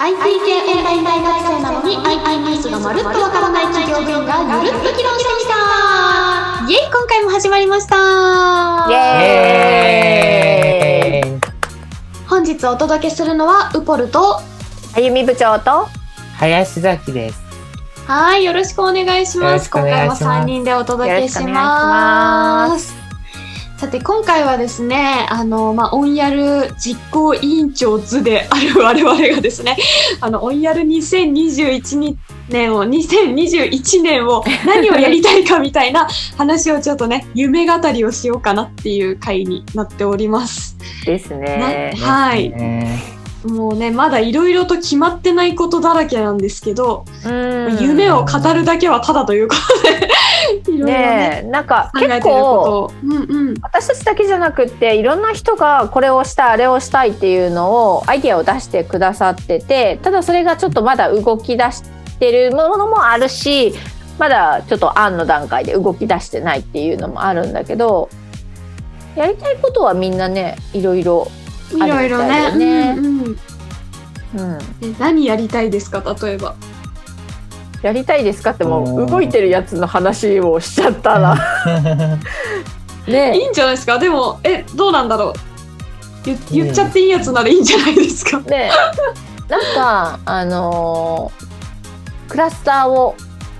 IT 系オンライン大学生なのに IT ニュースがまるっとわからない企業部員がゆるっと議論してみた。イエイ、今回も始まりました。 イエーイ。 本日お届けするのはウポルとあゆみ部長と林崎です。 はい、よろしくお願いします。今回も3人でお届けします。さて今回はですね、オンヤル実行委員長図である我々がですね、オンヤル2021年を何をやりたいかみたいな話をちょっとね、夢語りをしようかなっていう回になっております。 ですね。 はい。もうね、まだいろいろと決まってないことだらけなんですけど、夢を語るだけはただということでいろいろね、 なんか結構、私たちだけじゃなくっていろんな人がこれをしたいあれをしたいっていうのをアイディアを出してくださってて、ただそれがちょっとまだ動き出してるものもあるし、まだちょっと案の段階で動き出してないっていうのもあるんだけど、やりたいことはみんなね、いろいろあるみたいだね。 何やりたいですか？例えばやりたいですかってもう動いてるやつの話をしちゃったらね、 いいんじゃないですか。でもどうなんだろう、言っちゃっていいやつならいいんじゃないですかね。なんかクラスターを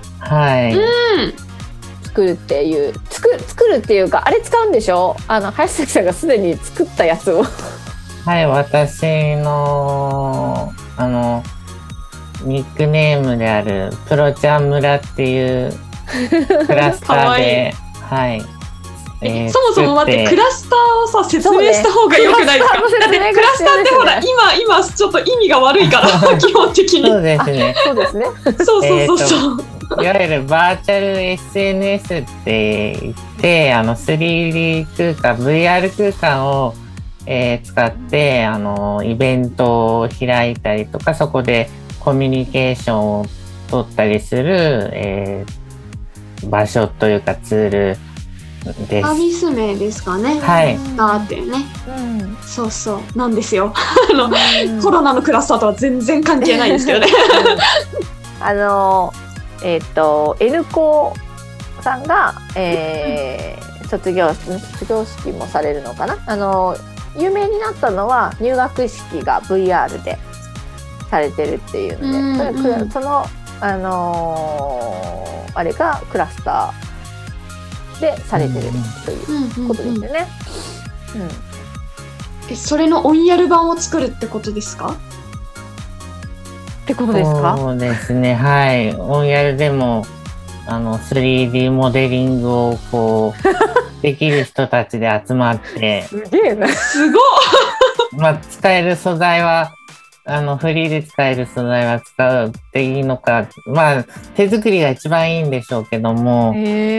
作るっていう作るっていうか、あれ使うんでしょ？林崎さんがすでに作ったやつをはい、私のニックネームであるプロちゃん村っていうクラスターではい、 そもそも待って、クラスターをさ説明した方がよくないですか？だってクラスターってほら今ちょっと意味が悪いから基本的に。 そうですね。 そうですね。 そういわゆるバーチャル SNS って言って、3D 空間 VR 空間を使ってイベントを開いたりとか、そこでコミュニケーションを取ったりする、場所というかツールです。 サービス名ですかね。 はい。 だってね、そうなんですよ。コロナのクラスターとは全然関係ないですけどね。 N 高さんが、卒業式もされるのかな。有名になったのは入学式が VR でされてるっていうので、そのあれがクラスターでされてるということですよね。 それのオンヤル版を作るってことですか？ ってことですか？ そうですね。はい。オンヤルでも3D モデリングをこうできる人たちで集まってすげえな。 すごっ。 使える素材はフリーで使える素材は使っていいのか、手作りが一番いいんでしょうけども、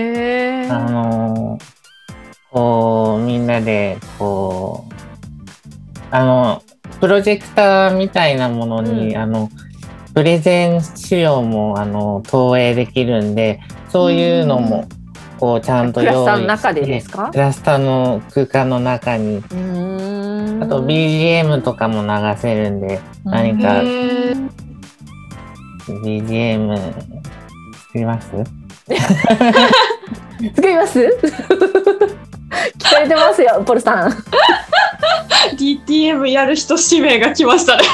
こうみんなでこうプロジェクターみたいなものに、プレゼン資料も投影できるんで、そういうのもこうちゃんと用意して、 クラスターの中でですか？ クラスターの空間の中に、あと BGM とかも流せるんで、何か BGM 作ります？ 作ります？聞かれてますよ、ポルさん。 DTM やる人指名が来ましたね。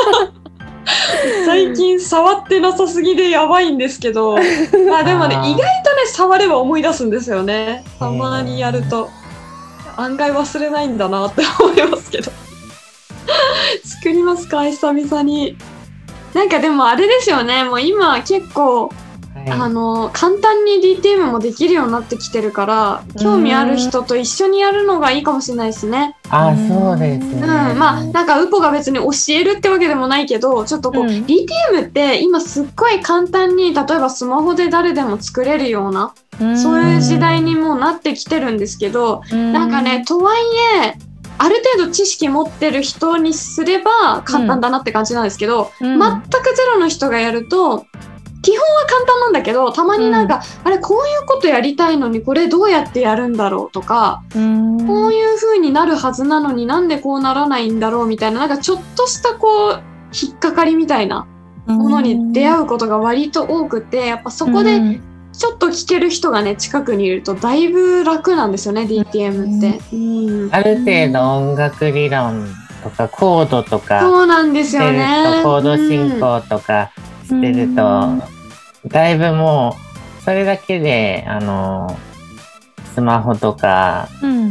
最近触ってなさすぎでやばいんですけど、でもね、意外とね触れば思い出すんですよね。たまにやると案外忘れないんだなって思いますけど。作りますか、久々に。なんかでもあれですよね、もう今結構簡単に DTM もできるようになってきてるから、興味ある人と一緒にやるのがいいかもしれないですね。 そうですね。 なんかウポが別に教えるってわけでもないけど、ちょっとこう、DTM って今すっごい簡単に、例えばスマホで誰でも作れるような、そういう時代にもうなってきてるんですけど、なんかね、とはいえある程度知識持ってる人にすれば簡単だなって感じなんですけど、全くゼロの人がやると基本は簡単なんだけど、たまになんか、あれこういうことやりたいのにこれどうやってやるんだろうとか、こういう風になるはずなのになんでこうならないんだろうみたいな、なんかちょっとしたこう引っかかりみたいなものに出会うことが割と多くて、やっぱそこでちょっと聞ける人がね近くにいるとだいぶ楽なんですよね、DTM って。 ある程度音楽理論とかコードとか、 そうなんですよね。 コード進行とかしてると、だいぶもうそれだけでスマホとか、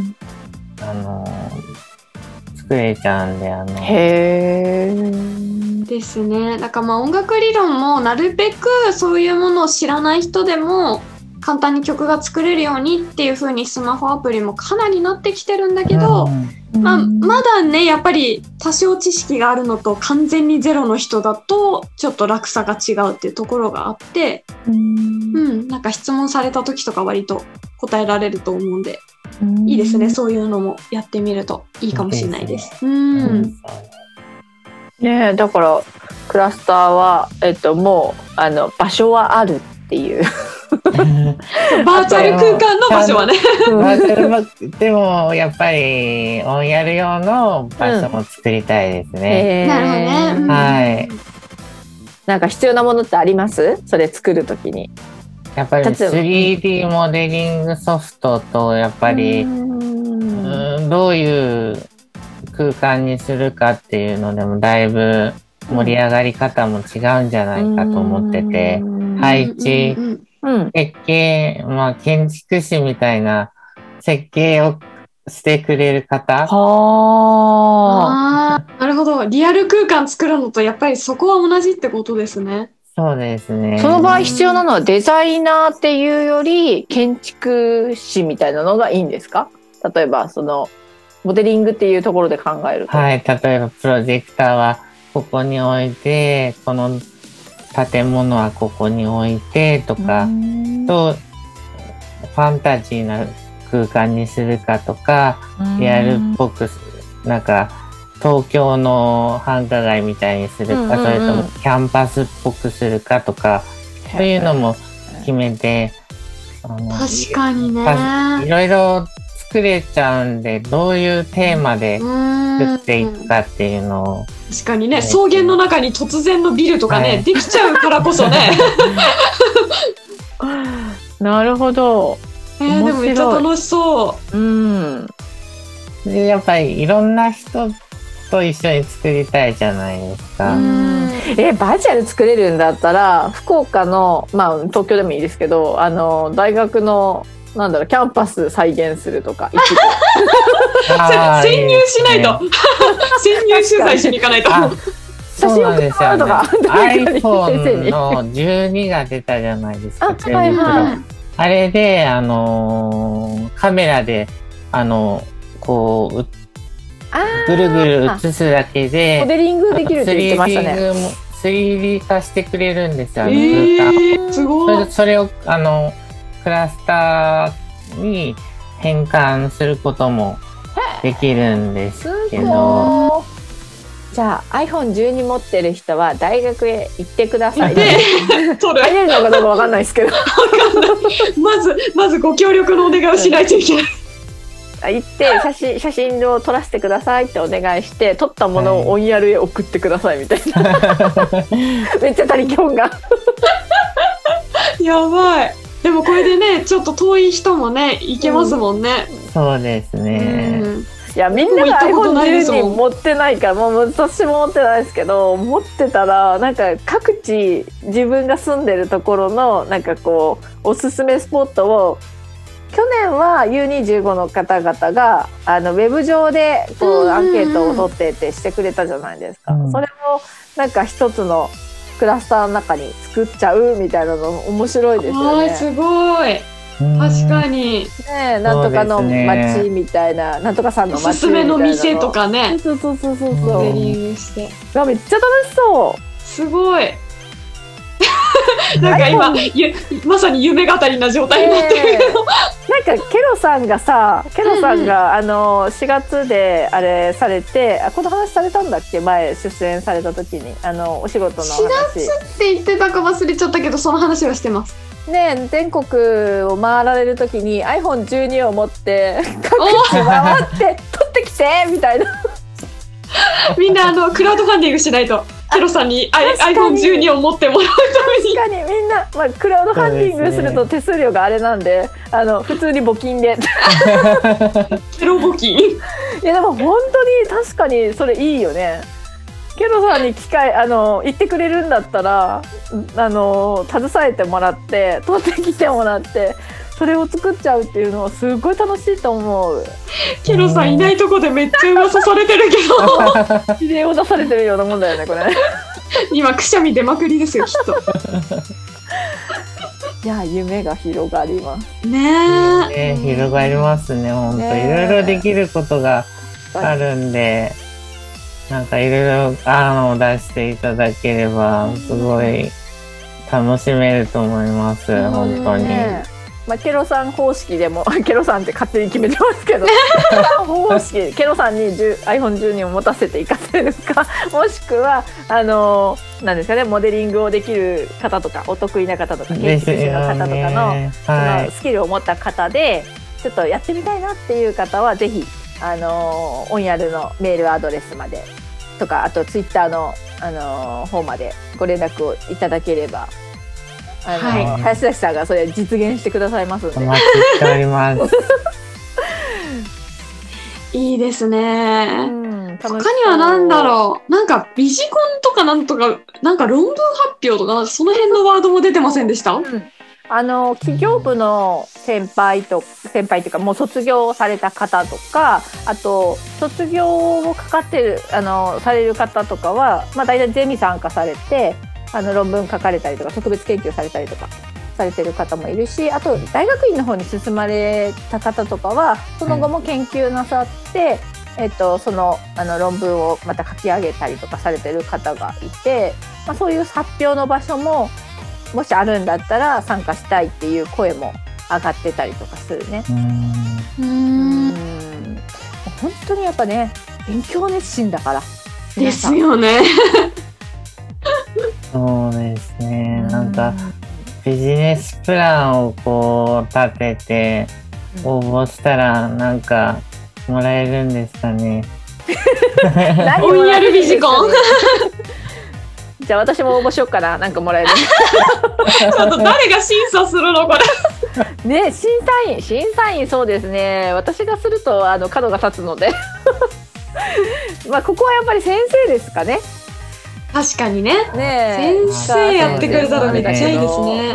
作れちゃうんでへーですね。だからまあ音楽理論もなるべくそういうものを知らない人でも簡単に曲が作れるようにっていう風にスマホアプリもかなりなってきてるんだけど、まだねやっぱり多少知識があるのと完全にゼロの人だとちょっと楽さが違うっていうところがあって、なんか質問された時とか割と答えられると思うんで、いいですね。そういうのもやってみるといいかもしれないです。 ねえ、だからクラスターはもう場所はあるっていうバーチャル空間の場所はねバーチャルでもやっぱりオンヤル用の場所も作りたいですね。 なるほどね。 はい。 なんか必要なものってあります？それ作るときに。 やっぱり 3D モデリングソフトとやっぱりどういう空間にするかっていうのでもだいぶ盛り上がり方も違うんじゃないかと思ってて、配置、設計、まあ建築士みたいな設計をしてくれる方。 なるほど。リアル空間作るのとやっぱりそこは同じってことですね。 そうですね。 その場合必要なのはデザイナーっていうより建築士みたいなのがいいんですか？例えばそのモデリングっていうところで考えると。 はい、例えばプロジェクターはここに置いて、この建物はここに置いてとかと、ファンタジーな空間にするかとか、リアルっぽくなんか東京の繁華街みたいにするか、それともキャンパスっぽくするかとか、そういうのも決めて、 確かにね。 いろいろ作れちゃうんで、どういうテーマで作っていくかっていうのを。 確かにね、草原の中に突然のビルとかね、できちゃうからこそね。 なるほど。 でもめっちゃ楽しそう。 でやっぱりいろんな人と一緒に作りたいじゃないですか。 バーチャル作れるんだったら福岡の東京でもいいですけど大学のキャンパス再現するとか潜入しないと潜入取材しに行かないとそうなんですよね。iPhone の12が出たじゃないですか。あれでカメラでこうぐるぐる映すだけでモデリングできるって言ってましたね。 3D 化してくれるんですよ、 空間。すごい。 それをクラスターに変換することもできるんですけど。 じゃあ iPhone12 持ってる人は大学へ行ってください。 入れるのかどうかわかんないですけど。 まずご協力のお願いをしないといけない。 行って写真を撮らせてくださいってお願いして撮ったものをオンヤルへ送ってくださいみたいな、めっちゃ他力本願。 やばい。でもこれでねちょっと遠い人もね行けますもんね。 そうですね。 いやみんなが iPhone12 持ってないからもう私も持ってないですけど、持ってたらなんか各地自分が住んでるところのなんかこうおすすめスポットを去年は U25 の方々がウェブ上でこうアンケートを取ってってしてくれたじゃないですか。それをなんか一つのクラスターの中に作っちゃうみたいなの面白いですよね。 すごい。確かに。 ね、なんとかの街みたいな、なんとかさんの街みたいなの。おすすめの店とかね。 そう。 モデリングして。 めっちゃ楽しそう。 すごい。なんか今まさに夢語りな状態になってるけど、 なんかケロさんが4月であれされて、この話されたんだっけ、前出演された時にお仕事の話。4 月って言ってたか忘れちゃったけどその話はしてますね。全国を回られる時に iPhone12 を持って各地回って撮ってきてみたいな。 みんなクラウドファンディングしないとケロさんに iPhone12 を持ってもらうために。 確かにみんな、まあ、クラウドファンディングすると手数料があれなんで、普通に募金でケロ募金。 いやでも本当に確かにそれいいよね。ケロさんに言ってくれるんだったら携えてもらって取ってきてもらってそれを作っちゃうっていうのはすごい楽しいと思う。 ケロさんいないとこでめっちゃ噂されてるけど指令を出されてるようなもんだよねこれ今くしゃみ出まくりですよきっと。 いや夢が広がりますね。 広がりますね本当、いろいろできることがあるんで、なんかいろいろ案を出していただければすごい楽しめると思います、本当に。 まあ、ケロさん方式でもケロさんって勝手に決めてますけどケロさん方式ケロさんにiPhone12 を持たせていかせるかもしくはなんですかね、モデリングをできる方とかお得意な方とか建築士の方とかの、そのスキルを持った方でちょっとやってみたいなっていう方はぜひオンヤルのメールアドレスまでとか、あとツイッターの、方までご連絡をいただければ林崎さんがそれ実現してくださいますので。 お待ちしておりますいいですね。他には何だろう、なんかビジコンとかなんとか、なんか論文発表とかその辺のワードも出てませんでした？ 企業部の先輩っていうかもう卒業された方とか、あと卒業をかかってるされる方とかは、まあ、大体ゼミ参加されて論文書かれたりとか特別研究されたりとかされてる方もいるし、あと大学院の方に進まれた方とかはその後も研究なさって、その論文をまた書き上げたりとかされてる方がいて、まあ、そういう発表の場所ももしあるんだったら参加したいっていう声も上がってたりとかするね。本当にやっぱね勉強熱心だからですよね。 そうですね、なんかビジネスプランをこう立てて応募したらなんかもらえるんですかね。 オンヤルビジコンじゃあ私も応募しようかな、なんかもらえる。 ちょっと誰が審査するのこれ。ね、審査員そうですね。私がすると角が立つので。まあここはやっぱり先生ですかね。 確かにね。 先生やってくれたらめっちゃいいですね。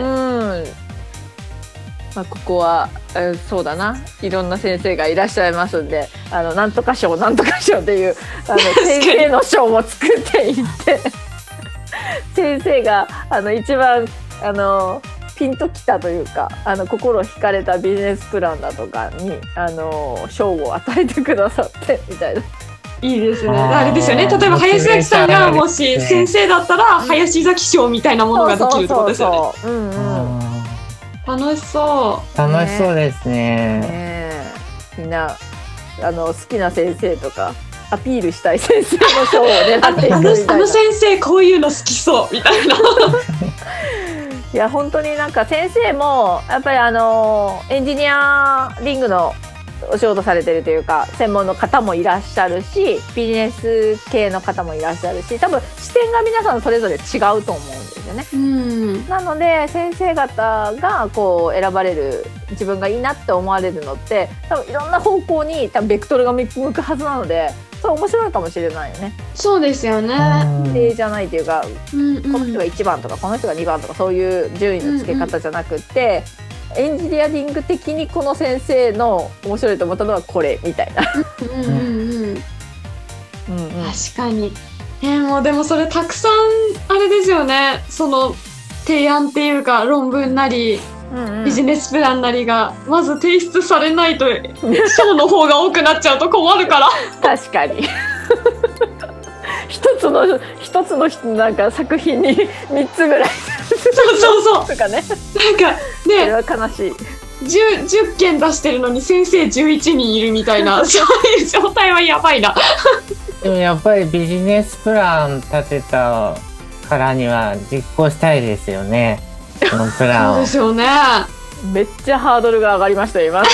まあここはそうだな、いろんな先生がいらっしゃいますんで、なんとか賞なんとか賞っていう先生の賞を作っていって。先生が一番ピンときたというか心惹かれたビジネスプランだとかに賞を与えてくださってみたいな。 いいですね。あれですよね、例えば林崎さんがもし先生だったら林崎賞みたいなものができるってことですよね。楽しそうですね。 みんな好きな先生とかアピールしたい先生の賞を狙っていくみたいな。 先生こういうの好きそうみたいな。 いや本当になんか先生もやっぱりエンジニアリングのお仕事されてるというか専門の方もいらっしゃるし、ビジネス系の方もいらっしゃるし、多分視点が皆さんそれぞれ違うと思うんですよね。なので先生方がこう選ばれる、自分がいいなって思われるのって多分いろんな方向に多分ベクトルが向くはずなので、それ面白いかもしれないよね。 そうですよね。 じゃないというか、この人が1番とかこの人が2番とかそういう順位の付け方じゃなくって、エンジニアリング的にこの先生の面白いと思ったのはこれみたいな。確かに。もうでもそれたくさんあれですよね。その提案っていうか論文なり、ビジネスプランなりがまず提出されないと賞の方が多くなっちゃうと困るから。 確かに。一つのなんか作品に3つぐらい。 そうとかね。 なんかね、 それは悲しい。 10件出してるのに先生11人いるみたいなそういう状態はやばいな。 でもやっぱりビジネスプラン立てたからには実行したいですよね、このプランを。 そうですよね。 めっちゃハードルが上がりました今。い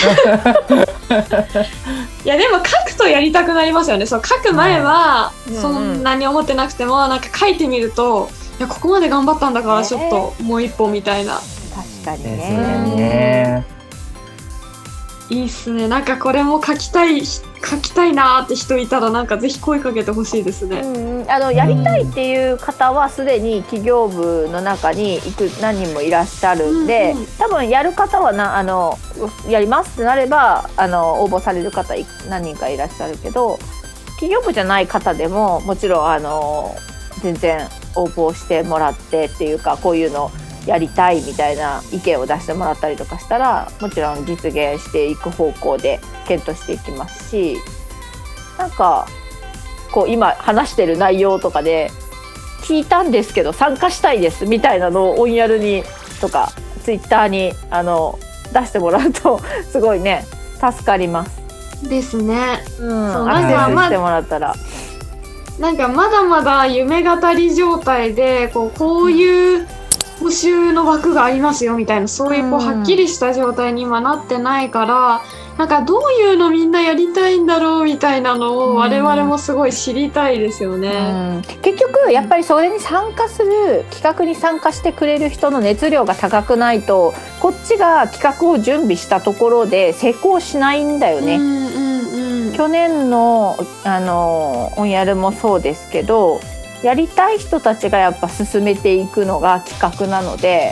やでも書くとやりたくなりますよね。そう書く前はそんなに思ってなくても、なんか書いてみると、いやここまで頑張ったんだからちょっともう一歩みたいな。 確かにね。 いいっすね。なんかこれも書きたいなーって人いたら、なんかぜひ声かけてほしいですね。 やりたいっていう方はすでに企業部の中に何人もいらっしゃるんで、多分やる方はやりますってなれば応募される方何人かいらっしゃるけど、企業部じゃない方でももちろん全然応募してもらってっていうか、こういうのやりたいみたいな意見を出してもらったりとかしたら、もちろん実現していく方向で検討していきますし、なんかこう今話してる内容とかで聞いたんですけど参加したいですみたいなのをオンヤルにとかツイッターに出してもらうとすごいね助かりますですね。 そうアクセスしてもらったら、 なんかまだまだ夢語り状態でこういう募集の枠がありますよみたいな、そういうはっきりした状態に今なってないから、なんかどういうのみんなやりたいんだろうみたいなのを我々もすごい知りたいですよね。 結局やっぱりそれに参加する、企画に参加してくれる人の熱量が高くないと、こっちが企画を準備したところで成功しないんだよね。去年のオンヤルもそうですけど、やりたい人たちがやっぱ進めていくのが企画なので、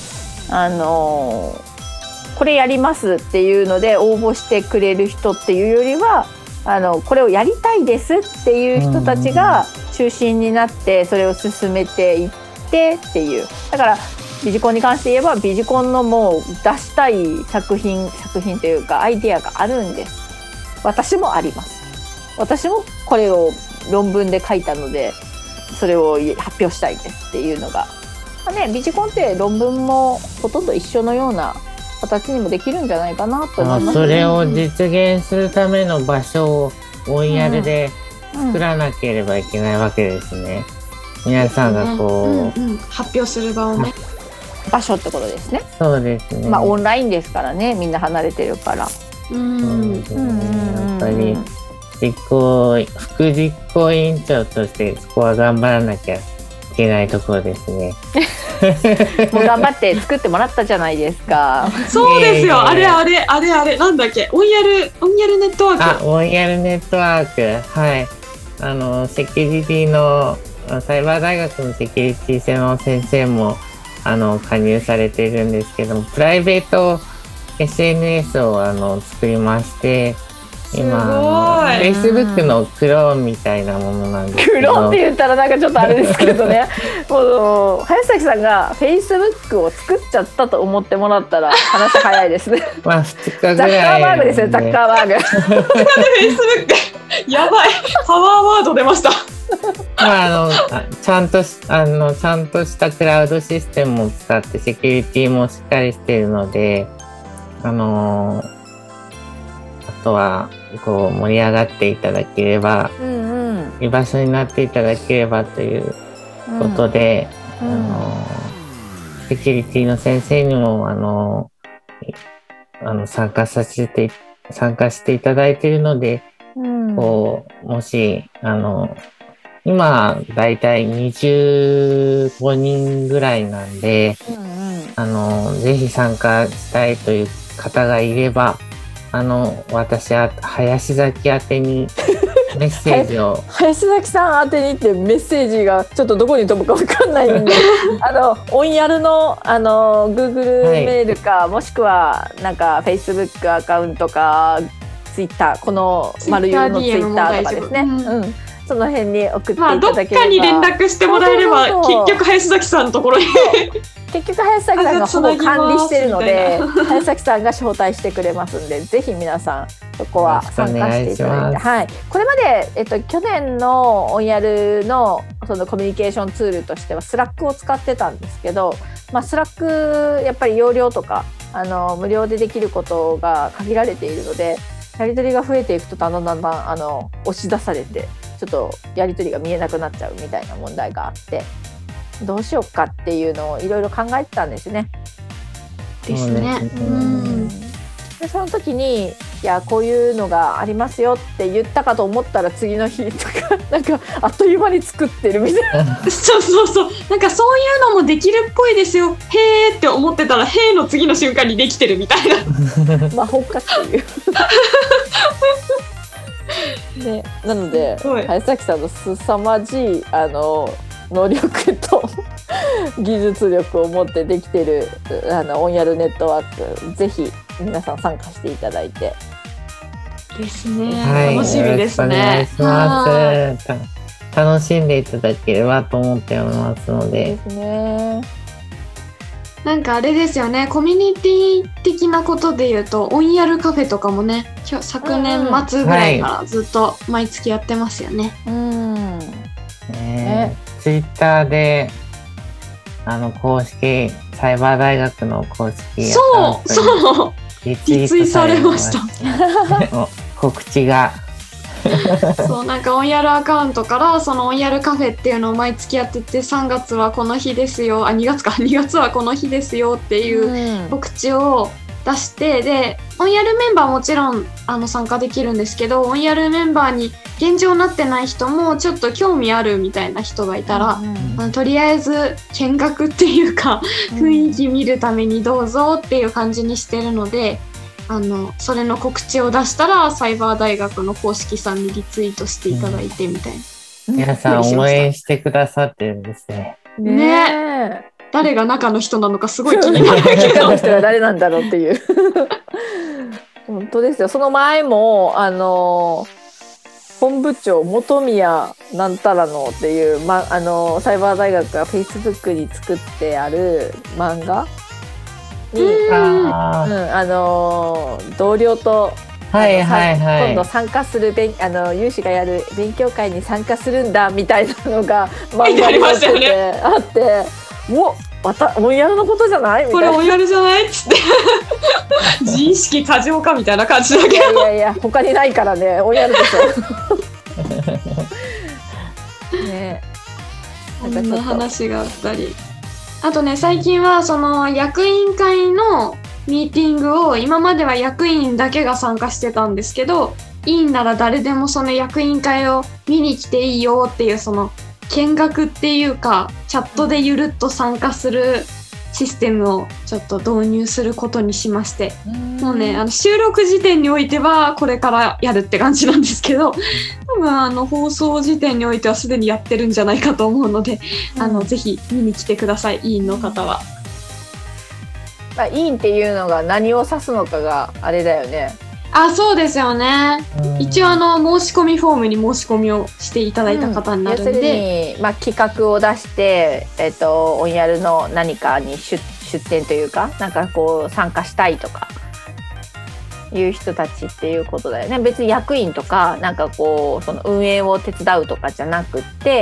これやりますっていうので応募してくれる人っていうよりは、これをやりたいですっていう人たちが中心になってそれを進めていってっていう。だからビジコンに関して言えば、ビジコンのもう出したい作品というかアイデアがあるんです。私もあります。私もこれを論文で書いたのでそれを発表したいですっていうのが、ビジコンって論文もほとんど一緒のような形にもできるんじゃないかなと思いますね。 それを実現するための場所をオンヤルで作らなければいけないわけですね。皆さんが発表する場をね、 場所ってことですね。 そうですね。 オンラインですからね、みんな離れてるから。 やっぱり副実行委員長としてそこは頑張らなきゃいけないところですね。 もう頑張って作ってもらったじゃないですか。 そうですよ。あれなんだっけ、オンヤルネットワーク。 オンヤルネットワーク、はい。セキュリティのサイバー大学のセキュリティ専門先生も加入されているんですけども、プライベート SNS を作りまして、今 Facebook のクローンみたいなものなんですけど、 クローンって言ったらなんかちょっとあれですけどねもう林崎さんが Facebook を作っちゃったと思ってもらったら話早いですね 2日ぐらい、 ザッカーバーグですよ、ザッカーバーグ Facebook やばい、パワーワード出ましたちゃんとしたクラウドシステムを使ってセキュリティもしっかりしているので、あとは盛り上がっていただければ、居場所になっていただければということで、セキュリティの先生にも参加していただいているので、もし今だいたい25人ぐらいなんで、ぜひ参加したいという方がいれば、私は林崎宛てにメッセージを林崎さん宛てにってメッセージがちょっとどこに飛ぶか分かんないんでオンヤルのGoogle メールか、もしくはなんか Facebook アカウントか Twitter、 この丸ゆるの Twitter とかですね、その辺に送っていただければ、 どっかに連絡してもらえれば結局林崎さんのところに結局林崎さんがほぼ管理してるので林崎さんが招待してくれますんで、ぜひ皆さんそこは参加していただいて、はい、これまで、去年のオンヤルのそのコミュニケーションツールとしてはスラックを使ってたんですけど、スラックやっぱり容量とか無料でできることが限られているので、やり取りが増えていくとだんだん押し出されてちょっとやり取りが見えなくなっちゃうみたいな問題があって、どうしようかっていうのをいろいろ考えてたんですね。 ですね。 でその時にいやこういうのがありますよって言ったかと思ったら次の日とかなんかあっという間に作ってるみたいなそうそうそう、なんかそういうのもできるっぽいですよ、へーって思ってたらへーの次の瞬間にできてるみたいな魔法かっていうね、なので林崎さんの凄まじい能力と技術力を持ってできてるオンヤルネットワーク、ぜひ皆さん参加していただいてですね、 はい、 楽しみですね。 楽しんでいただければと思っておりますので。 ですね。 なんかあれですよね、コミュニティ的なことで言うとオンヤルカフェとかもね、昨年末ぐらいからずっと毎月やってますよね。 ツイッターで公式サイバー大学の公式そうリツイートされました告知がそう、なんかオンヤルアカウントからそのオンヤルカフェっていうのを毎月やってて、3月はこの日ですよ、2月はこの日ですよっていう告知を出して、でオンヤルメンバーもちろん参加できるんですけど、オンヤルメンバーに現状なってない人もちょっと興味あるみたいな人がいたら、とりあえず見学っていうか雰囲気見るためにどうぞっていう感じにしてるので、それの告知を出したらサイバー大学の公式さんにリツイートしていただいてみたいな、 皆さん応援してくださってるんですね。 ね、誰が中の人なのかすごい気になるけど中の人が誰なんだろうっていう本当ですよ。その前も本部長本宮なんたらのっていう、サイバー大学が Facebook に作ってある漫画に、同僚と、今度参加する有志がやる勉強会に参加するんだみたいなのが漫画になっててあって、オンヤルのことじゃないみたいな、 これオンヤルじゃないっつって自意識過剰かみたいな感じだけど、 いや他にないからね、オンヤルでしょね、 こんな話があったり、あとね、最近はその役員会のミーティングを、今までは役員だけが参加してたんですけど、委員なら誰でもその役員会を見に来ていいよっていう、その見学っていうかチャットでゆるっと参加するシステムをちょっと導入することにしまして、もうね、収録時点においてはこれからやるって感じなんですけど、多分放送時点においてはすでにやってるんじゃないかと思うので、ぜひ見に来てください、委員の方は。 委員っていうのが何を指すのかがあれだよね。 そうですよね。一応申し込みフォームに申し込みをしていただいた方になるんで、 要するに、企画を出して、オンヤルの何かに出展というか、なんかこう参加したいとかいう人たちっていうことだよね。別に役員とかなんかこうその運営を手伝うとかじゃなくって、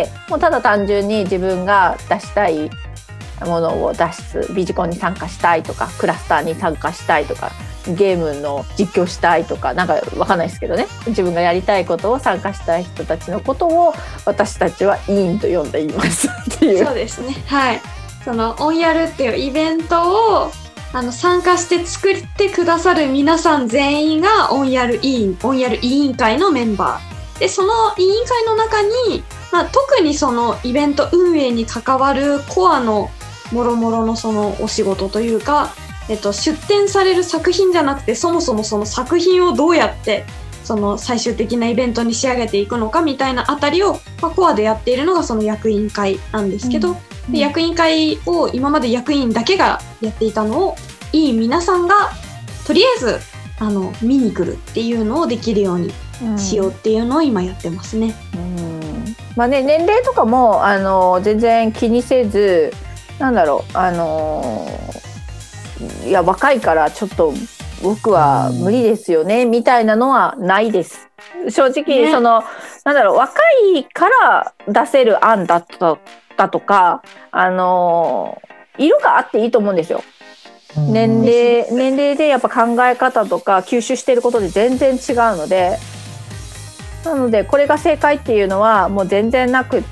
もうただ単純に自分が出したいものを出す、ビジコンに参加したいとか、クラスターに参加したいとか、ゲームの実況したいとか、なんかわかんないですけどね、自分がやりたいことを参加したい人たちのことを私たちは委員と呼んでいますっていう。 そうですね、はい。そのオンヤルっていうイベントを参加して作ってくださる皆さん全員がオンヤル委員会のメンバーで、その委員会の中に、特にそのイベント運営に関わるコアのもろもろのそのお仕事というか、出展される作品じゃなくて、そもそもその作品をどうやってその最終的なイベントに仕上げていくのかみたいなあたりを、コアでやっているのがその役員会なんですけど、で役員会を今まで役員だけがやっていたのを、委員皆さんがとりあえず見に来るっていうのをできるようにしようっていうのを今やってますね。 年齢とかも全然気にせず、なんだろう、いや若いからちょっと僕は無理ですよねみたいなのはないです。正直、なんだろう、若いから出せる案だったとか、色があっていいと思うんですよ。年齢でやっぱ考え方とか吸収していることで全然違うので、なのでこれが正解っていうのはもう全然なくって、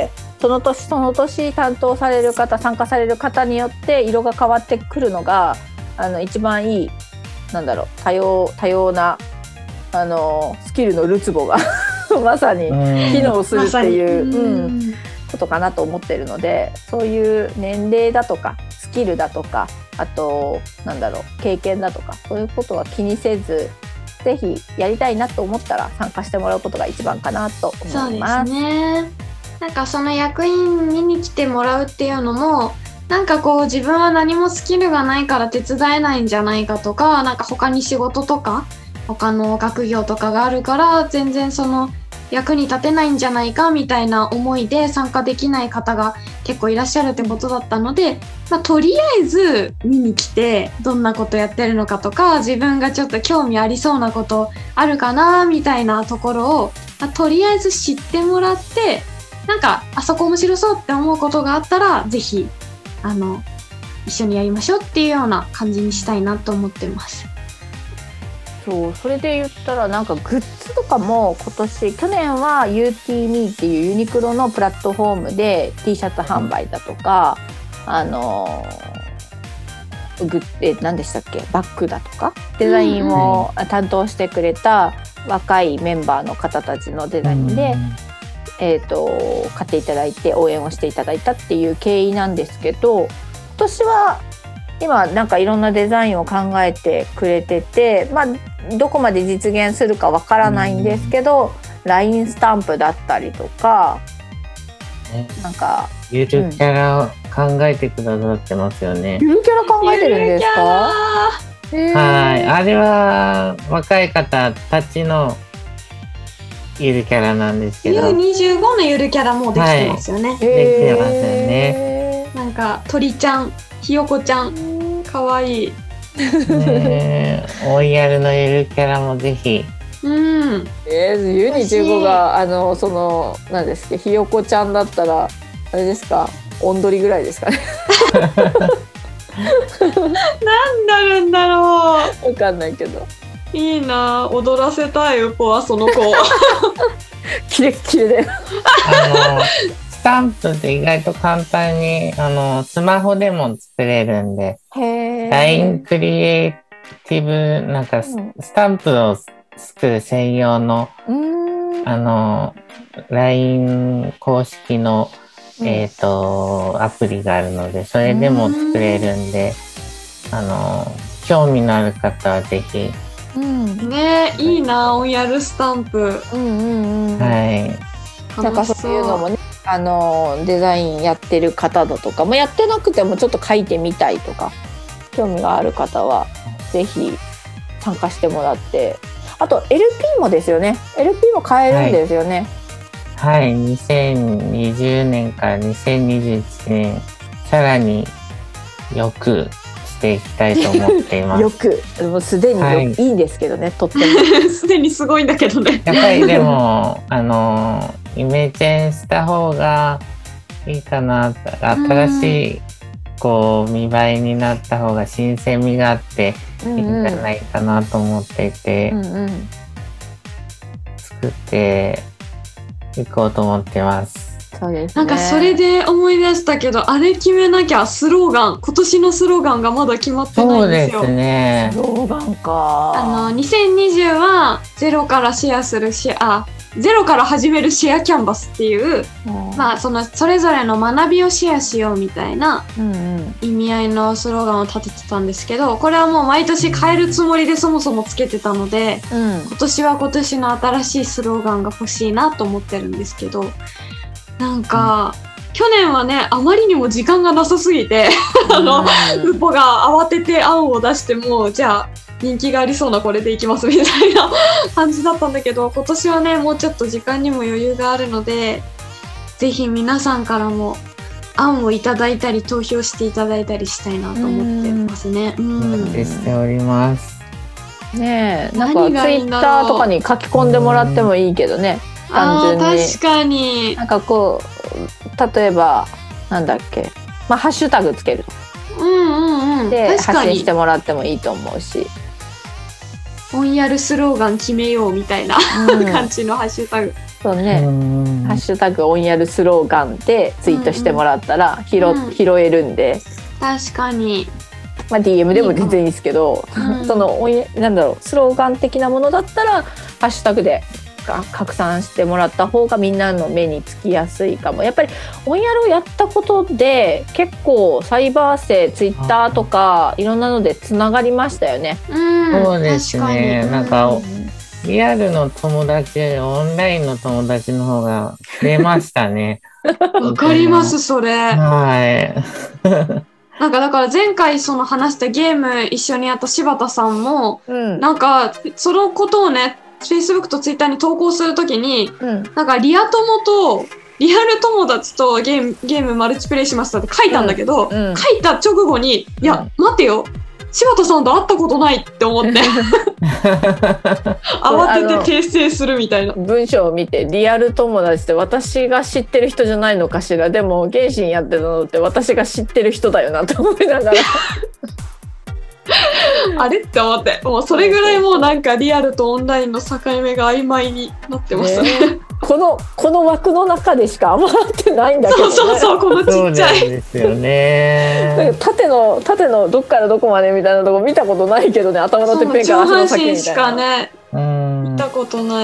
その年担当される方、参加される方によって色が変わってくるのが一番いい多様なスキルのるつぼがまさに機能するっていう、ことかなと思ってるので、そういう年齢だとかスキルだとか、あと経験だとか、そういうことは気にせず、ぜひやりたいなと思ったら参加してもらうことが一番かなと思います。 そうですね。なんかその役員見に来てもらうっていうのも、なんかこう自分は何もスキルがないから手伝えないんじゃないかとか、なんか他に仕事とか他の学業とかがあるから全然その役に立てないんじゃないかみたいな思いで参加できない方が結構いらっしゃるってことだったので、とりあえず見に来てどんなことやってるのかとか、自分がちょっと興味ありそうなことあるかなみたいなところを、とりあえず知ってもらって、なんかあそこ面白そうって思うことがあったらぜひ一緒にやりましょうっていうような感じにしたいなと思ってます。 それで言ったらなんかグッズとかも去年は UTME っていうユニクロのプラットフォームで T シャツ販売だとか、何でしたっけ、バッグだとかデザインを担当してくれた若いメンバーの方たちのデザインで、買っていただいて応援をしていただいたっていう経緯なんですけど、今年は今なんかいろんなデザインを考えてくれてて、どこまで実現するかわからないんですけど、LINE スタンプだったりとか、なんかゆるキャラを考えてくださってますよね。 ゆるキャラ考えてるんですか？ はい、あれは若い方たちのゆるキャラなんですけど、 U25 のゆるキャラもできてますよね。 できてますよね。 なんか鳥ちゃん、ひよこちゃん、かわいい。 オイヤルのゆるキャラもぜひ。 U25 が何ですか、ひよこちゃんだったらあれですか、おんどりぐらいですかね。 なんなるんだろう。 わかんないけど。 いいな、踊らせたいウポはその子。 キレッキレで。 スタンプって意外と簡単にスマホでも作れるんで、LINE クリエイティブなんかスタンプを作る専用のLINE 公式のアプリがあるので、それでも作れるんで、興味のある方はぜひ。 ね、いいな、オンヤルスタンプ。 はい。 なんかそういうのもね、デザインやってる方だとか、やってなくてもちょっと書いてみたいとか、興味がある方はぜひ参加してもらって、あと LP もですよね。LP も買えるんですよね。 はい、2020年から2021年さらによくしていきたいと思っています。 よく、もうすでにいいんですけどね、とっても。 すでにすごいんだけどね。 やっぱりでもイメチェンした方がいいかな。新しい見栄えになった方が新鮮味があっていいんじゃないかなと思っていて、作っていこうと思ってます。 そうですね、 なんかそれで思い出したけど、あれ決めなきゃ。スローガン、今年のスローガンがまだ決まってないんですよ。 そうですね。 スローガンか。 2020はゼロからシェアするゼロから始めるシェアキャンバスっていう、それぞれの学びをシェアしようみたいな意味合いのスローガンを立ててたんですけど、これはもう毎年変えるつもりでそもそもつけてたので、今年は今年の新しいスローガンが欲しいなと思ってるんですけど、なんか、去年はね、あまりにも時間がなさすぎてウポが慌てて案を出しても、じゃあ人気がありそうなこれでいきますみたいな感じだったんだけど、今年はね、もうちょっと時間にも余裕があるので、ぜひ皆さんからも案をいただいたり投票していただいたりしたいなと思ってますね。 お待ちしております。 ねえ、なんかツイッターとかに書き込んでもらってもいいけどね。単純に。 確かに。 なんか例えばなんだっけ、ハッシュタグつける。で発信してもらってもいいと思うし。 オンヤルスローガン決めようみたいな感じのハッシュタグ。 そうね。ハッシュタグオンヤルスローガンでツイートしてもらったら拾えるんで。 確かに。 まあ、DM でも全然いいですけど、そのなんだろう、スローガン的なものだったらハッシュタグで拡散してもらった方がみんなの目につきやすいかも。やっぱりオンヤルをやったことで結構サイバー性、ツイッターとかいろんなのでつながりましたよね。 そうですね。なんかリアルの友達よりオンラインの友達の方が増えましたね。 わかります、それ。 はい。 なんかだから前回その話したゲーム一緒にやった柴田さんも、なんかそのことをね、Facebook と Twitter に投稿するときに、なんかリア友とリアル友達とゲームマルチプレイしましたって書いたんだけど、書いた直後に、いや、待てよ、柴田さんと会ったことないって思って慌てて訂正するみたいな文章を見て、リアル友達って私が知ってる人じゃないのかしら、でも原神やってたのって私が知ってる人だよなと思いながらあれって思って、もうそれぐらいもうなんかリアルとオンラインの境目が曖昧になってますね。 この枠の中でしかあんまなってないんだけどね。 そうこのちっちゃい。 そうですよね。 縦のどっからどこまでみたいなとこ見たことないけどね、頭のてっぺんから足の先みたいな。 上半身しかね、見たことない。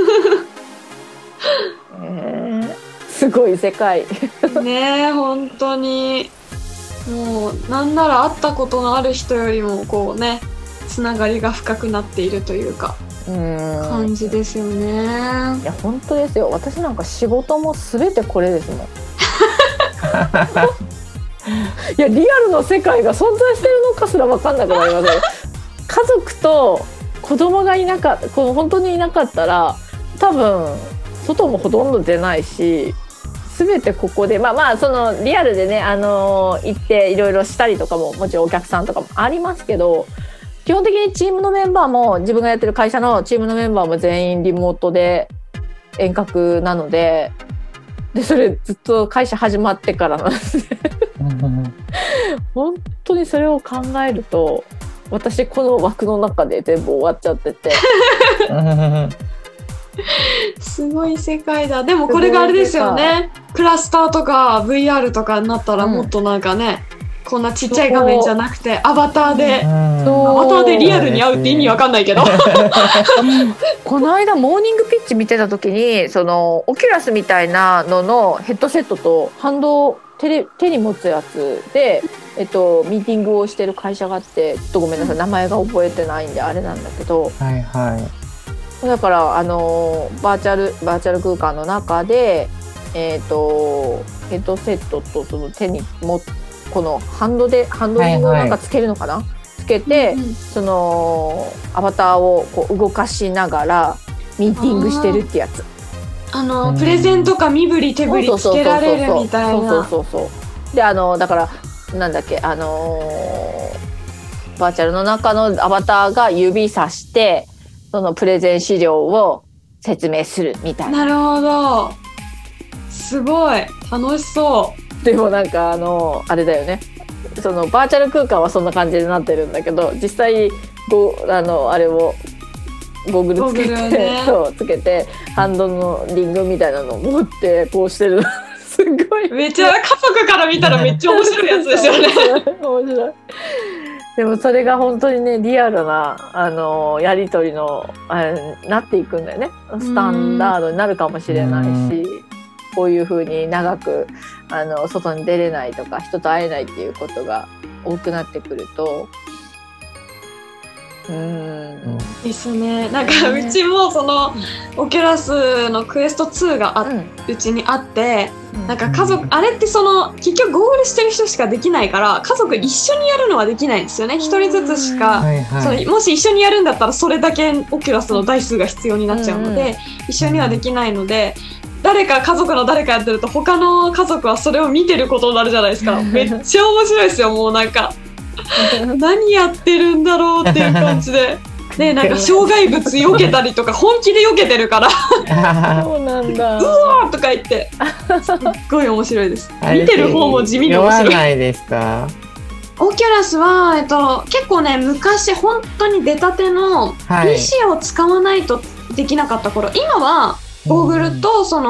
すごい世界。 ねえ、本当に。もうなんなら会ったことのある人よりもこうね、つながりが深くなっているというか感じですよね。 いや本当ですよ。私なんか仕事も全てこれですもん。いやリアルの世界が存在してるのかすら分かんなくなりますよ。家族と子供が本当にいなかったら多分外もほとんど出ないし、全てここでまあそのリアルでね、行っていろいろしたりとかももちろんお客さんとかもありますけど、基本的にチームのメンバーも自分がやってる会社のチームのメンバーも全員リモートで遠隔なので、それずっと会社始まってからなんですね。本当にそれを考えると私この枠の中で全部終わっちゃっててすごい世界だ。でもこれがあれですよね、クラスターとか VR とかになったらもっとなんかね、こんなちっちゃい画面じゃなくてアバターでリアルに会うって意味わかんないけどこの間モーニングピッチ見てた時に、そのオキュラスみたいなののヘッドセットとハンド手に持つやつで、ミーティングをしてる会社があって、ちょっとごめんなさい、名前が覚えてないんであれなんだけど、 はいはい、 だからバーチャル空間の中で、ヘッドセットとその手にこのハンドリングをなんかつけるのかな、つけて、そのアバターをこう動かしながらミーティングしてるってやつ。 プレゼンとか身振り手振りつけられるみたいな。 でだからなんだっけ、バーチャルの中のアバターが指さしてそのプレゼン資料を説明するみたいな。 なるほど、すごい楽しそう。 でもなんかあれだよね、そのバーチャル空間はそんな感じになってるんだけど、実際あれをゴーグルつけて、ね、そうつけてハンドのリングみたいなのを持ってこうしてるすごいめっちゃ家族から見たらめっちゃ面白いやつですよね。 面白い。でもそれが本当にねリアルなやり取りのなっていくんだよね。スタンダードになるかもしれないし、こういう風に長く外に出れないとか人と会えないっていうことが多くなってくると、 ですね。なんかうちもそのオキュラスのクエスト2がうちにあって、なんか家族あれってその結局ゴーグルしてる人しかできないから家族一緒にやるのはできないんですよね。一人ずつしか、そのもし一緒にやるんだったらそれだけオキュラスの台数が必要になっちゃうので、一緒にはできないので、家族の誰かやってると他の家族はそれを見てることになるじゃないですか。めっちゃ面白いですよ。もうなんか何やってるんだろうっていう感じで。ね、なんか障害物避けたりとか本気で避けてるからそうなんだ。 うわーとか言ってすっごい面白いです。見てる方も地味に面白い。 酔わないですか？ オキュラスは、結構ね昔本当に出たての PC を使わないとできなかった頃、今はゴーグルとその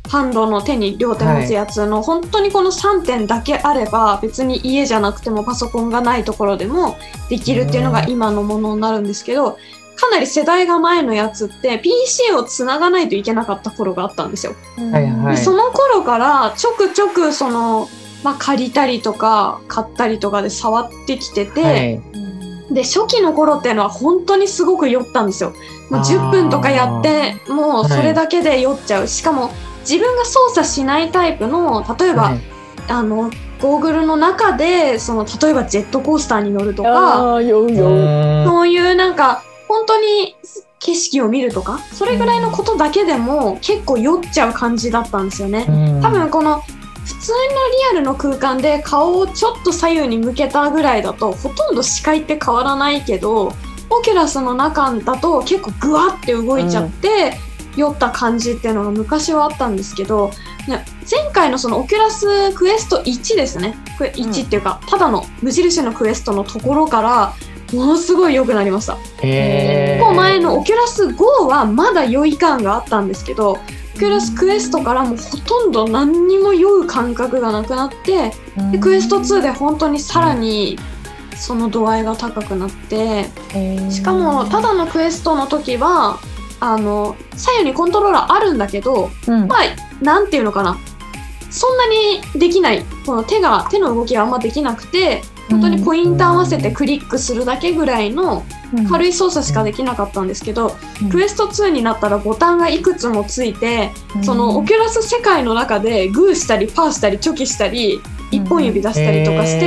ハンドの手に両手持つやつの、本当にこの3点だけあれば別に家じゃなくてもパソコンがないところでもできるっていうのが今のものになるんですけど、かなり世代が前のやつって PC をつながないといけなかった頃があったんですよ。でその頃からちょくちょく借りたりとか買ったりとかで触ってきてて、で初期の頃っていうのは本当にすごく酔ったんですよ。もう10分とかやってもうそれだけで酔っちゃう。しかも自分が操作しないタイプの、例えば、ゴーグルの中で例えばジェットコースターに乗るとか、そういうなんか本当に景色を見るとか、それぐらいのことだけでも結構酔っちゃう感じだったんですよね。多分この普通のリアルの空間で顔をちょっと左右に向けたぐらいだとほとんど視界って変わらないけど、オキュラスの中だと結構グワッて動いちゃって、酔った感じっていうのが昔はあったんですけど、前回のそのオキュラスクエスト1ですね、1っていうか、ただの無印のクエストのところからものすごい良くなりました。結構前のオキュラス GO はまだ酔い感があったんですけど、オキュラスクエストからもうほとんど何にも酔う感覚がなくなって、でクエスト2で本当にさらにその度合いが高くなって、しかもただのクエストの時は左右にコントローラーあるんだけど、なんていうのかな、そんなにできない、この手の動きがあんまできなくて、本当にポイント合わせてクリックするだけぐらいの軽い操作しかできなかったんですけど、クエスト2になったらボタンがいくつもついて、そのオキュラス世界の中でグーしたりパーしたりチョキしたり一本指出したりとかして、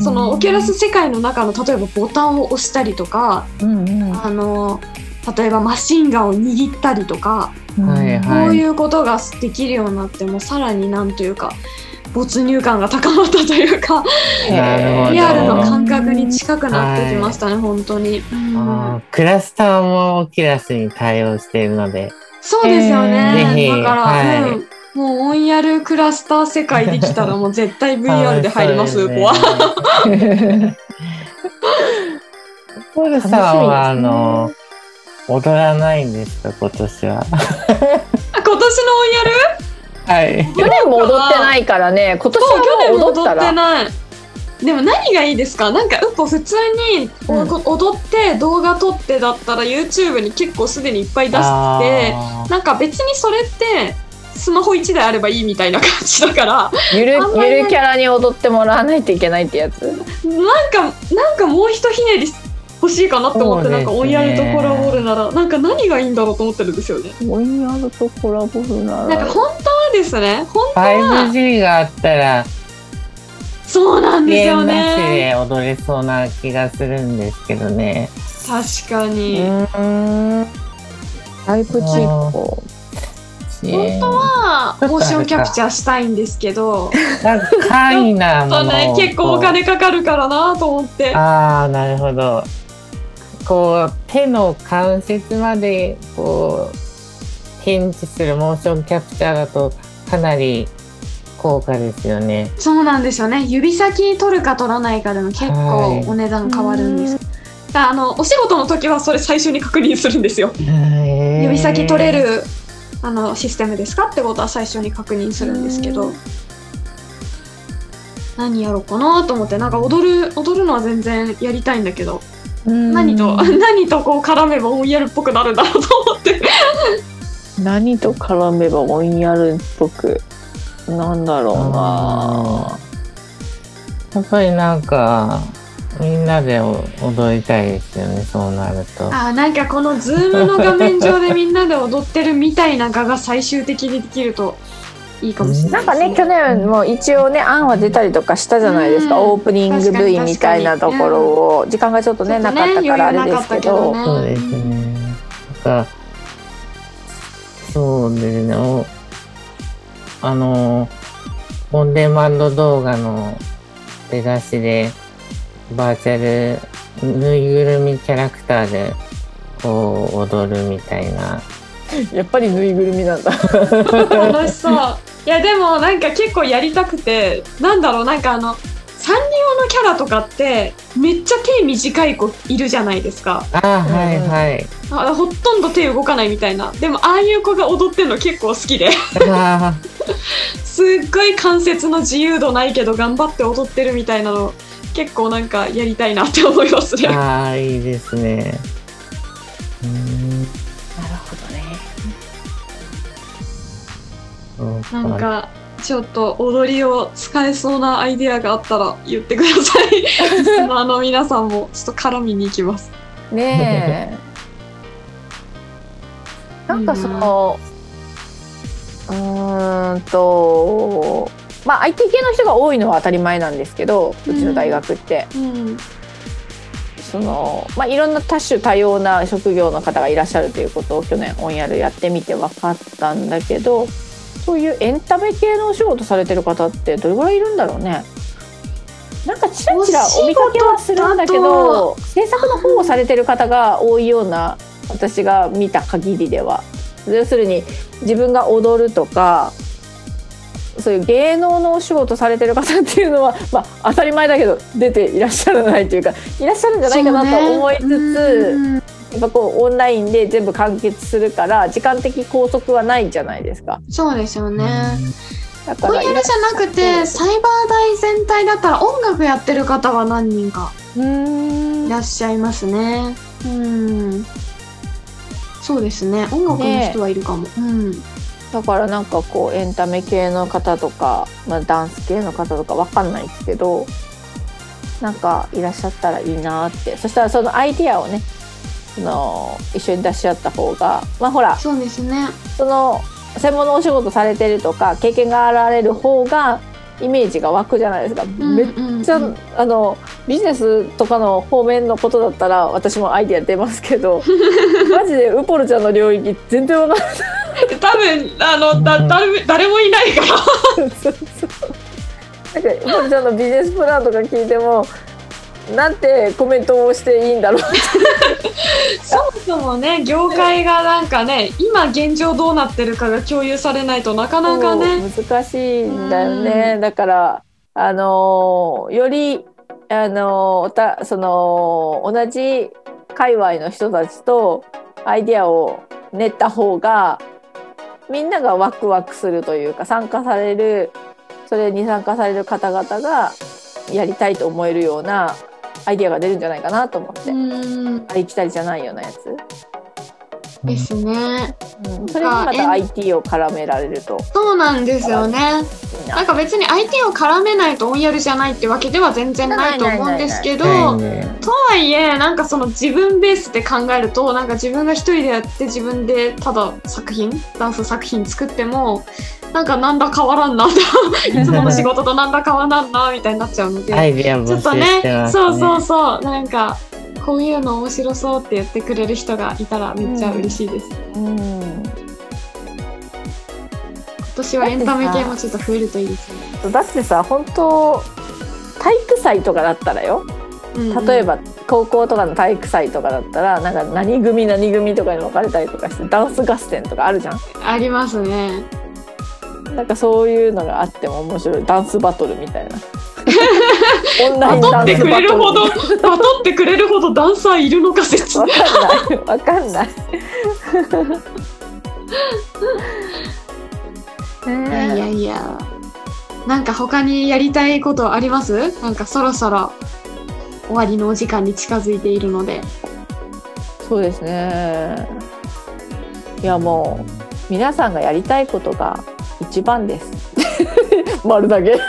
そのオキュラス世界の中の例えばボタンを押したりとか、例えばマシンガンを握ったりとか、こういうことができるようになって、もさらになんというか没入感が高まったというか、リアルの感覚に近くなってきましたね、本当に。 クラスターもオキュラスに対応しているので。 そうですよね。だから、もうオンヤルクラスター世界できたらもう絶対 VR で入ります、ここは。 ポールさんは踊らないんですか、今年は。今年のオンヤル？去年も踊ってないからね、今年はもう踊ったら。 去年も踊ってない。でも何がいいですか？なんか普通に踊って動画撮ってだったら YouTube に結構すでにいっぱい出してて、なんか別にそれってスマホ1台あればいいみたいな感じだから、 ゆるキャラに踊ってもらわないといけないってやつ。 なんかもう一ひねり欲しいかなって思って、なんかオンヤルとコラボるならなんか何がいいんだろうと思ってるんですよね。 オンヤルとコラボるならなんか本当はですね、本当は 5G があったらそうなんですよね。 なしで踊れそうな気がするんですけどね。 確かに。 タイプチップ。 本当はモーションキャプチャーしたいんですけど、 なんか簡易なものを結構お金かかるからなと思って。 なるほど。こう手の関節までこう検知するモーションキャプチャーだとかなり高価ですよね。 そうなんですよね。指先取るか取らないかでも結構お値段変わるんです。お仕事の時はそれ最初に確認するんですよ。指先取れるシステムですかってことは最初に確認するんですけど、何やろうかなと思って、なんか踊るのは全然やりたいんだけど、何とこう絡めばオンヤルっぽくなるんだろうと思って何と絡めばオンヤルっぽくなんだろうな。 やっぱりなんかみんなで踊りたいですよね、そうなると。 なんかこのズームの画面上でみんなで踊ってるみたいな画が最終的にできるといいかもしれないですね。 なんかね、去年も一応ね案は出たりとかしたじゃないですか、オープニング V みたいなところを、時間がちょっとねなかったからあれですけど、 そうですね。なんかそうですね、オンデマンド動画の出だしでバーチャルぬいぐるみキャラクターでこう踊るみたいな。 やっぱりぬいぐるみなんだ楽しそう。いやでもなんか結構やりたくて、なんだろう、なんかサンリのキャラとかってめっちゃ手短い子いるじゃないですか。 はいはい。 ほとんど手動かないみたいな。でもああいう子が踊ってるの結構好きで。すっごい関節の自由度ないけど頑張って踊ってるみたいなの結構なんかやりたいなって思いますね。 いいですね。 なるほどね。なんかちょっと踊りを使えそうなアイデアがあったら言ってください。皆さんもちょっと絡みに行きます。 ねえ。なんかそのIT 系の人が多いのは当たり前なんですけど、うちの大学って、いろんな多種多様な職業の方がいらっしゃるということを去年オンヤルやってみて分かったんだけど、そういうエンタメ系のお仕事されてる方ってどれぐらいいるんだろうね。なんかちらちらお見かけはするんだけど、制作の方をされてる方が多いような、私が見た限りでは。要するに自分が踊るとかそういう芸能のお仕事されてる方っていうのは、当たり前だけど出ていらっしゃらないというか、いらっしゃるんじゃないかなと思いつつ、やっぱこうオンラインで全部完結するから時間的拘束はないじゃないですか。 そうですよね。オンヤルじゃなくてサイバー大全体だったら音楽やってる方は何人かいらっしゃいますね。そうですね、音楽の人はいるかも。 だからなんかこうエンタメ系の方とか、ダンス系の方とかわかんないですけど、なんかいらっしゃったらいいなって。そしたらそのアイディアをね、一緒に出し合った方が、ほら、 そうですね、 その専門のお仕事されてるとか経験があられる方がイメージが湧くじゃないですか。めっちゃビジネスとかの方面のことだったら私もアイディア出ますけどマジでウポルちゃんの領域全然わからない。 多分誰もいないからなんかウポルちゃんのビジネスプランとか聞いてもなんてコメントをしていいんだろうってそもそもね、業界がなんかね、今現状どうなってるかが共有されないとなかなかね難しいんだよね。だからより同じ界隈の人たちとアイデアを練った方がみんながワクワクするというか、それに参加される方々がやりたいと思えるようなアイディアが出るんじゃないかなと思って。ありきたりじゃないようなやつですね。 それにまた IT を絡められると。 そうなんですよね。なんか別に IT を絡めないとオンヤルじゃないってわけでは全然ないと思うんですけど、とはいえなんかその自分ベースで考えると、なんか自分が一人でやって自分でただダンス作品作ってもなんだ変わらんな。いつもの仕事となんだ変わらんなみたいになっちゃうので、 アイデアちょっとね、そうなんかこういうの面白そうって言ってくれる人がいたらめっちゃ嬉しいです。今年はエンタメ系もちょっと増えるといいですね。 だってさ、本当体育祭とかだったらよ、例えば高校とかの体育祭とかだったらなんか何組とかに分かれたりとかしてダンス合戦とかあるじゃん。 ありますね。 なんかそういうのがあっても面白い。ダンスバトルみたいな。 オンラインダンスバトル。バトってくれるほどダンサーいるのか説。 わかんない。 いや。なんか他にやりたいことあります？なんかそろそろ終わりのお時間に近づいているので。 そうですね。いやもう皆さんがやりたいことが一番です。丸だけ。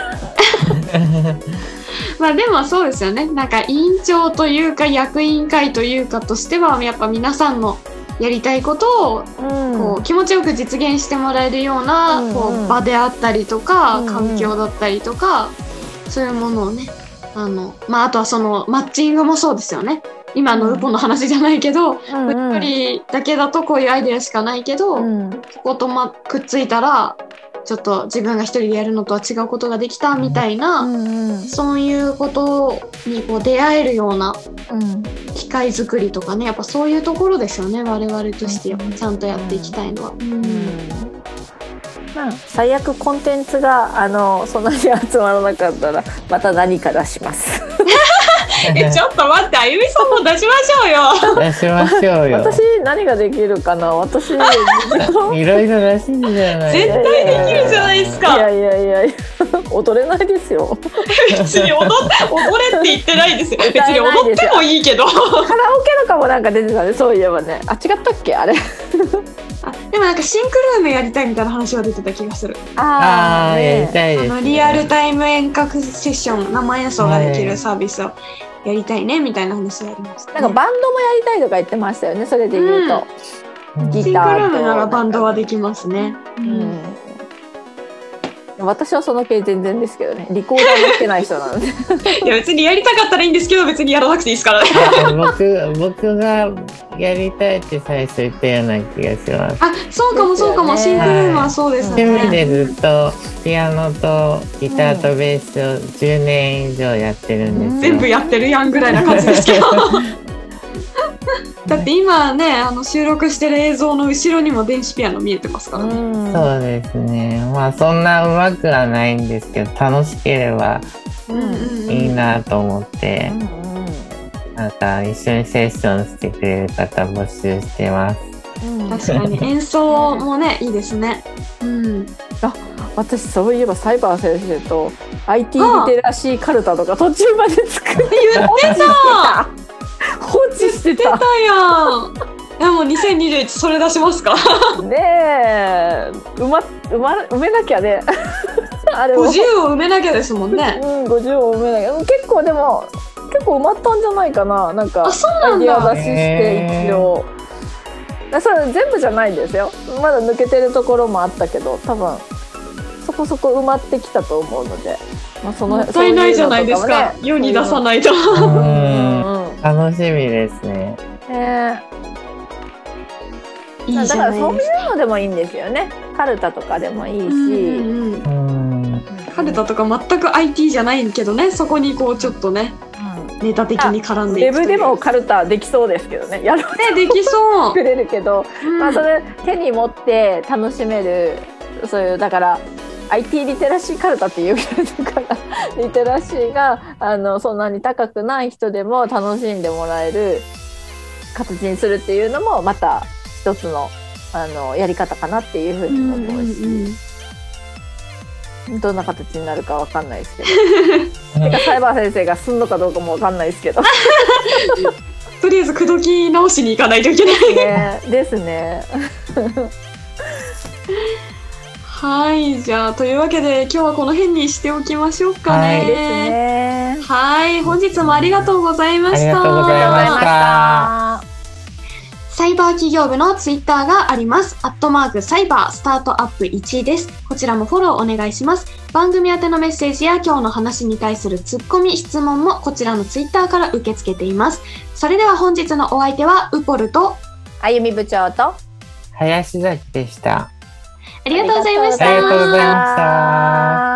でもそうですよね。なんか委員長というか役員会というかとしてはやっぱ皆さんのやりたいことをこう気持ちよく実現してもらえるようなこう場であったりとか環境だったりとか、そういうものをね、あとはそのマッチングもそうですよね。今のウポの話じゃないけど、一人だけだとこういうアイデアしかないけど、こことくっついたらちょっと自分が一人でやるのとは違うことができたみたいな、そういうことにこう出会えるような機会作りとかね、やっぱそういうところですよね。我々としてちゃんとやっていきたいのは。 最悪コンテンツがそんなに集まらなかったらまた何か出しますちょっと待って、あゆみさんも出しましょうよ。 出しましょうよ。 私何ができるかな。私いろいろらしいんじゃない。 絶対できるじゃないですか。 いや踊れないですよ。 別に踊れって言ってないですよ。別に踊ってもいいけど。カラオケとかもなんか出てたね、そういえばね。あ、違ったっけあれ。 でもなんかシンクルームやりたいみたいな話は出てた気がする。 やりたいですね。 リアルタイム遠隔セッション、生演奏ができるサービスをやりたいねみたいな話がありました、ね。 なんかバンドもやりたいとか言ってましたよね。それで言うと、 ギターとシンクルームならバンドはできますね。 私はその系全然ですけどね。リコーダーもしてない人なので。 いや別にやりたかったらいいんですけど、別にやらなくていいですからね。 僕がやりたいって最初言ったような気がします。 あ、そうかもそうかも、シンクルームはそうですね。 趣味でずっとピアノとギターとベースを10年以上やってるんですよ。 全部やってるやんぐらいな感じですけど。だって今ね、収録してる映像の後ろにも電子ピアノ見えてますからね。 そうですね。まあそんな上手くはないんですけど、楽しければいいなと思って、なんか一緒にセッションしてくれる方募集してます。 確かに演奏もねいいですね。 あ、私そういえばサイバー先生と IT リテラシーカルタとか途中まで作って言ってた。 放置してた。 やん。いやもう2021それ出しますか。 ねえ、埋めなきゃね。あれ 50を埋めなきゃですもんね。 50を埋めなきゃ。結構埋まったんじゃないかな。なんかアイディア出しして一応。それ全部じゃないんですよ。まだ抜けてるところもあったけど、多分そこそこ埋まってきたと思うので、 もったいないじゃないですか。世に出さないと。 楽しみですね。 いいじゃないですか。だからそういうのでもいいんですよね。カルタとかでもいいし、 カルタとか全く IT じゃないけどね、そこにこうちょっとね、ネタ的に絡んでいく。 ウェブでもカルタできそうですけどね。やろうね、できそう。 作れるけど、まあそれ手に持って楽しめる、そういうだから。IT リテラシーカルタっていうぐらいだからリテラシーがそんなに高くない人でも楽しんでもらえる形にするっていうのもまた一つのやり方かなっていうふうに思うし、どんな形になるかわかんないですけどてかサイバー先生がすんのかどうかもわかんないですけどとりあえず口説き直しに行かないといけないですね。 はい、じゃあというわけで今日はこの辺にしておきましょうかね。 ですね。 はい、本日もありがとうございました。 ありがとうございました。 サイバー企業部のツイッターがあります。@サイバースタートアップ1です。こちらもフォローお願いします。番組宛てのメッセージや今日の話に対するツッコミ、質問もこちらのツイッターから受け付けています。それでは本日のお相手はウポルとあゆみ部長と林崎でした。 ありがとうございました。 ありがとうございました。